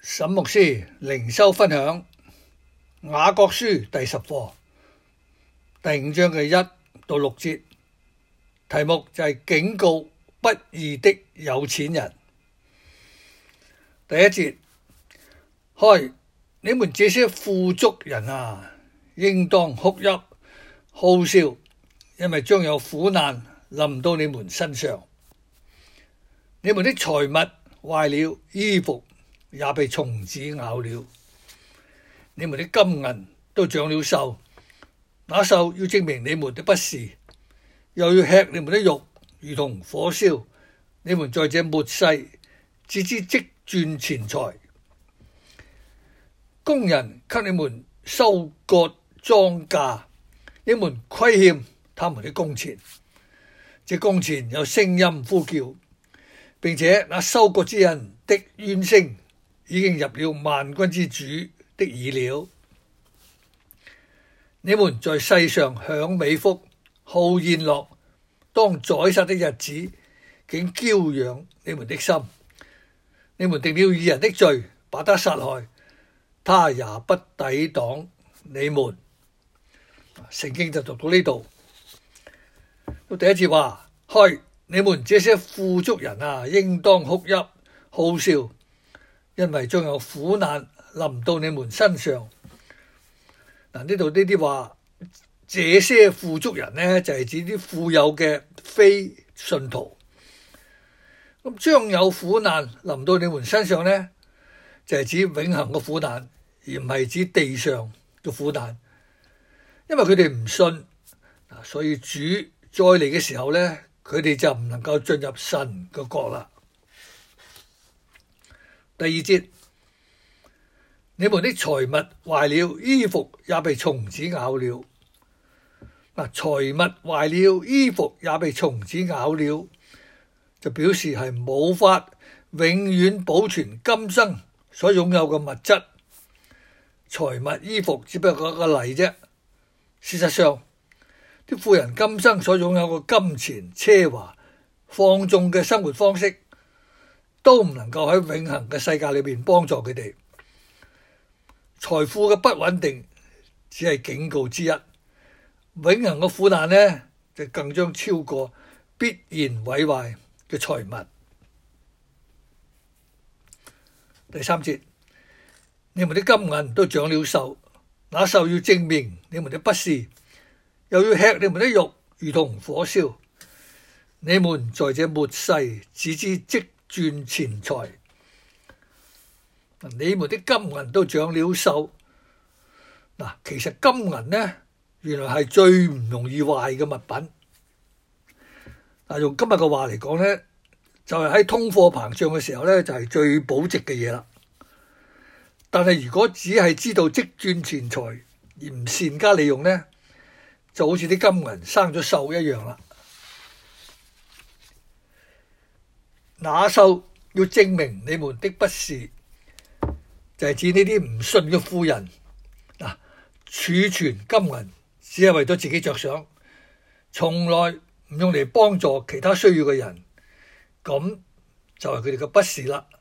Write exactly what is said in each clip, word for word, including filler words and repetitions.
沈牧師靈修分享雅各書第十課第五章嘅一到六節，題目就係警告不義的有錢人。第一節，開，你們這些富足人啊，應當哭泣號笑，因為將有苦難臨到你們身上。你們的財物壞了，衣服也被蟲子咬了，你們的金銀都長了銹，那銹要證明你們的不是，又要吃你們的肉，如同火燒。你們在這末世只知積攢錢財，工人給你們收割莊稼，你們虧欠他們的工錢，這工錢有聲音呼叫，並且那收割之人的怨聲已經入了萬軍之主的耳了。你們在世上享美福，好宴樂，當宰殺的日子，竟嬌養你們的心。你們定了義人的罪，把他殺害，他也不抵擋你們。聖經就讀到呢度。到第一節話，開，你們這些富足人啊，應當哭泣號笑，因為將有苦難臨到你們身上。嗱，呢度呢啲話，這些富足人呢，就係指啲富有嘅非信徒。咁將有苦難臨到你們身上呢，就係指永恆嘅苦難，而唔係指地上嘅苦難。因為佢哋唔信，所以主再嚟嘅時候呢，佢哋就唔能夠進入神嘅國啦。第二節，你們的財物壞了，衣服也被蟲子咬了。嗱，財物壞了，衣服也被蟲子咬了，就表示係冇法永遠保存今生所擁有嘅物質。財物、衣服只不過一個例啫。事實上，啲富人今生所擁有嘅金錢、奢華、放縱嘅生活方式，都唔能夠喺永恆嘅世界裏面幫助佢哋。財富嘅不穩定只係警告之一，永恆嘅苦難呢，就更將超過必然毀壞嘅財物。第三節，你們的金銀都長了銹，那銹要證明你們的不是，又要吃你們的肉，如同火燒。你們在這末世只知積攢錢財，你們的金銀都長了銹。嗱，其實金銀呢，原來係最唔容易壞嘅物品。嗱，用今日嘅話嚟講呢，就係喺通貨膨脹嘅時候呢，就係最保值嘅嘢啦。但係如果只係知道積攢錢財而唔善加利用呢，就好似啲金銀生咗銹一樣啦。那銹要證明你們的不是，就係指呢啲唔信嘅富人嗱，儲存金銀只係為咗自己着想，從來唔用嚟幫助其他需要嘅人，咁就係佢哋嘅不是啦。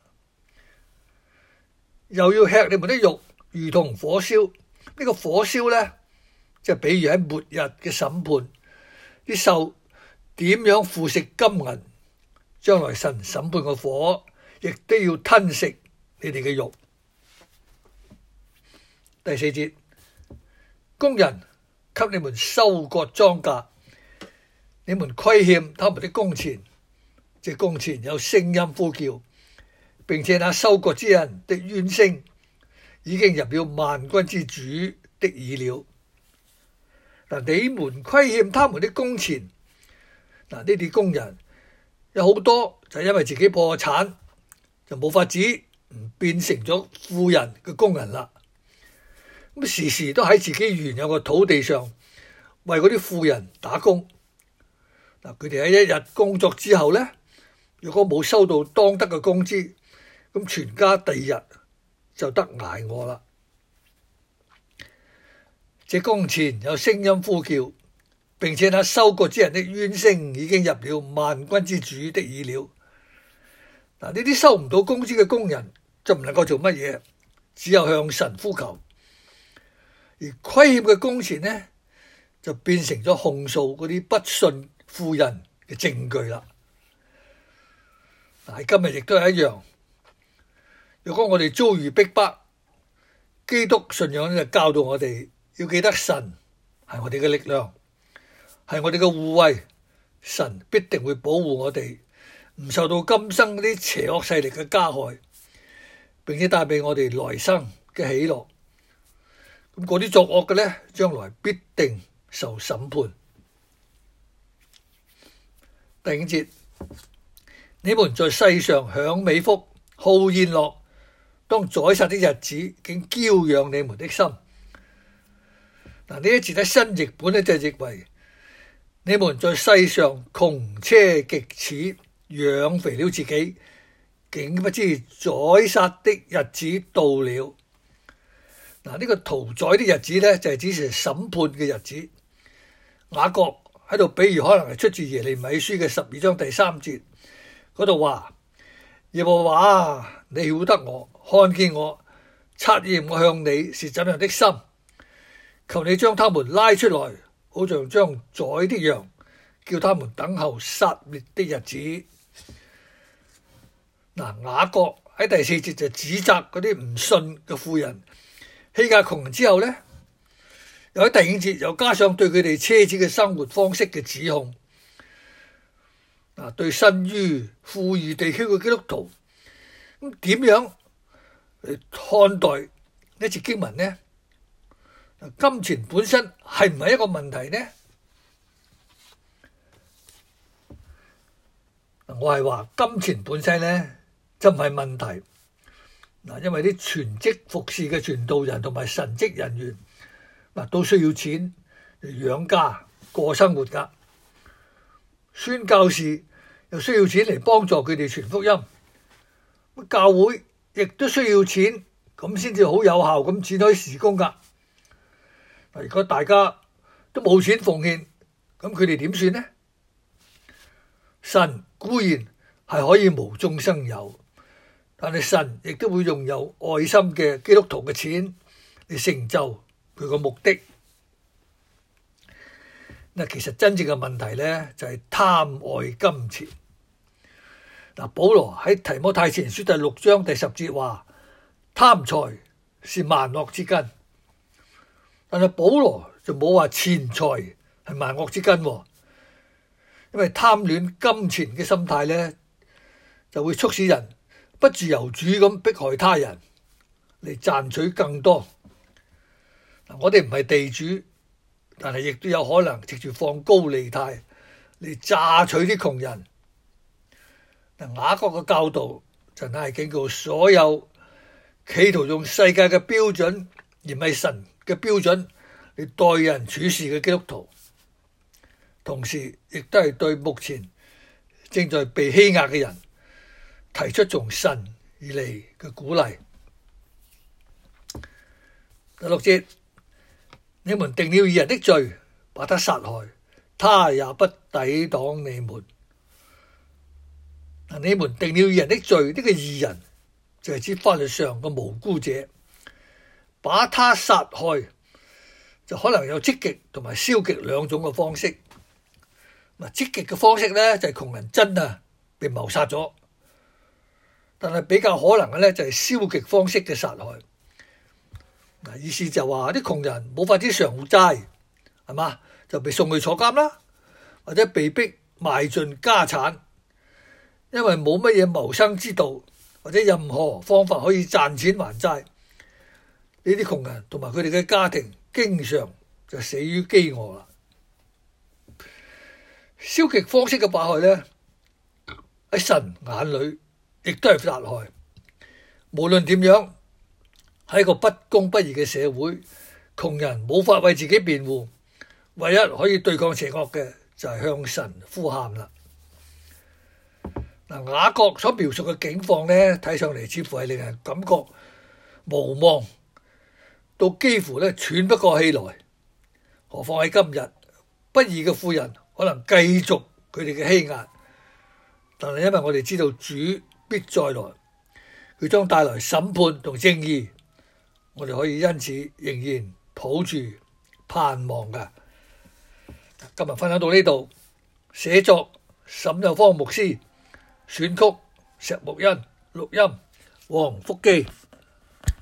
又要吃你們的肉，如同火燒。呢、這個火燒呢，即係比如喺末日嘅審判，啲獸點樣腐蝕金銀，將來神審判嘅火亦都要吞食你哋嘅肉。第四節，工人給你們收割莊稼，你們虧欠他們的工錢，這工錢有聲音呼叫，並且那收割之人的怨聲已經入了萬軍之主的耳了。嗱，你們虧欠他們的工錢，嗱，呢啲工人有好多就因為自己破產，就冇法子唔變成咗富人嘅工人啦。咁時時都喺自己原有嘅土地上為嗰啲富人打工。嗱，佢哋喺一日工作之後呢，如果冇收到當得嘅工資，咁全家第二日就得挨餓啦。這工錢有聲音呼叫，並且那收割之人的怨聲已經入了萬軍之主的耳了。嗱，呢啲收唔到工資嘅工人， 就唔能夠做乜嘢，只有向神呼求。而虧欠嘅工錢呢，就變成咗控訴嗰啲不信富人嘅證據啦。但係今日亦都係一樣，如果我哋遭遇逼迫，基督信仰就教導我哋要記得神係我哋嘅力量，係我哋嘅護衛，神必定會保護我哋，唔受到今生嗰啲邪惡勢力嘅加害，並且帶俾我哋來生嘅喜樂。咁嗰啲作惡嘅呢，將來必定受審判。第五節，你們在世上享美福，好宴樂，當宰殺的日子，竟嬌養你們的心。嗱，呢一節喺新譯本呢，就譯為你們在世上窮奢極侈，養肥了自己，竟不知宰殺的日子到了。嗱，呢個屠宰的日子呢，就係指是審判嘅日子。雅各喺度比喻，可能係出自耶利米書嘅十二章第三節嗰度話：耶和華，你曉得我，看見我，察驗我向你是怎樣的心，求你將他們拉出來，好像將宰的羊，叫他們等候殺滅的日子。嗱，雅各喺第四節就指責嗰啲唔信嘅富人欺壓窮人之後呢，又喺第五節又加上對佢哋奢侈嘅生活方式嘅指控。嗱，對身於富裕地區嘅基督徒，咁點樣去看待呢節經文呢？金錢本身係唔係一個問題呢？我係話金錢本身呢就唔係問題。嗱，因為啲全職服侍嘅傳道人同埋神職人員，嗱都需要錢嚟養家過生活噶。宣教士又需要錢嚟幫助佢哋傳福音，教會亦都需要錢，咁先至好有效咁展開事工噶。嗱，如果大家都冇錢奉獻，咁佢哋點算呢？神固然係可以無中生有，但係神亦都會用有愛心嘅基督徒嘅錢嚟成就佢個目的。嗱，其實真正嘅問題呢，就係貪愛金錢。嗱，保羅喺提摩太前書第六章第十節話：貪財是萬惡之根。但係保羅就冇話錢財係萬惡之根，因為貪戀金錢嘅心態呢，就會促使人不自由主咁迫害他人嚟賺取更多。我哋唔係地主，但係亦都有可能藉住放高利貸嚟榨取啲窮人。嗱，雅各嘅教導就係警告所有企圖用世界嘅標準而唔係神嘅標準嚟待人處事嘅基督徒，同時亦都係對目前正在被欺壓嘅人提出從神而嚟嘅鼓勵。第六節，你們定了義人的罪，把他殺害，他也不抵擋你們。嗱，你們定了義人的罪，呢、這個義人就係指法律上嘅無辜者，把他殺害就可能有積極同埋消極兩種嘅方式。嗱，積極嘅方式呢，就係窮人真啊被謀殺咗，但係比較可能嘅呢，就係消極方式嘅殺害。嗱，意思就話啲窮人冇法子償還債，係嘛，就被送去坐監啦，或者被逼賣盡家產，因為冇乜嘢謀生之道，或者任何方法可以賺錢還債。呢啲窮人同埋佢哋嘅家庭經常就死於飢餓啦。消極方式嘅迫害呢，喺神眼裏亦都係殺害。無論點樣，喺一個不公不義嘅社會，窮人冇法為自己辯護，唯一可以對抗邪惡嘅就係向神呼喊啦。嗱，雅各所描述嘅境況呢，睇上嚟似乎係令人感覺無望到幾乎咧喘不過氣來。何況喺今日，不義嘅富人可能繼續佢哋嘅欺壓，但係因為我哋知道主必再來， 佢將帶來審判同正義。我哋可以因此仍然抱住盼望㗎。今日分享到呢度，寫作沈有芳牧師，選曲石木恩，錄音黃福基。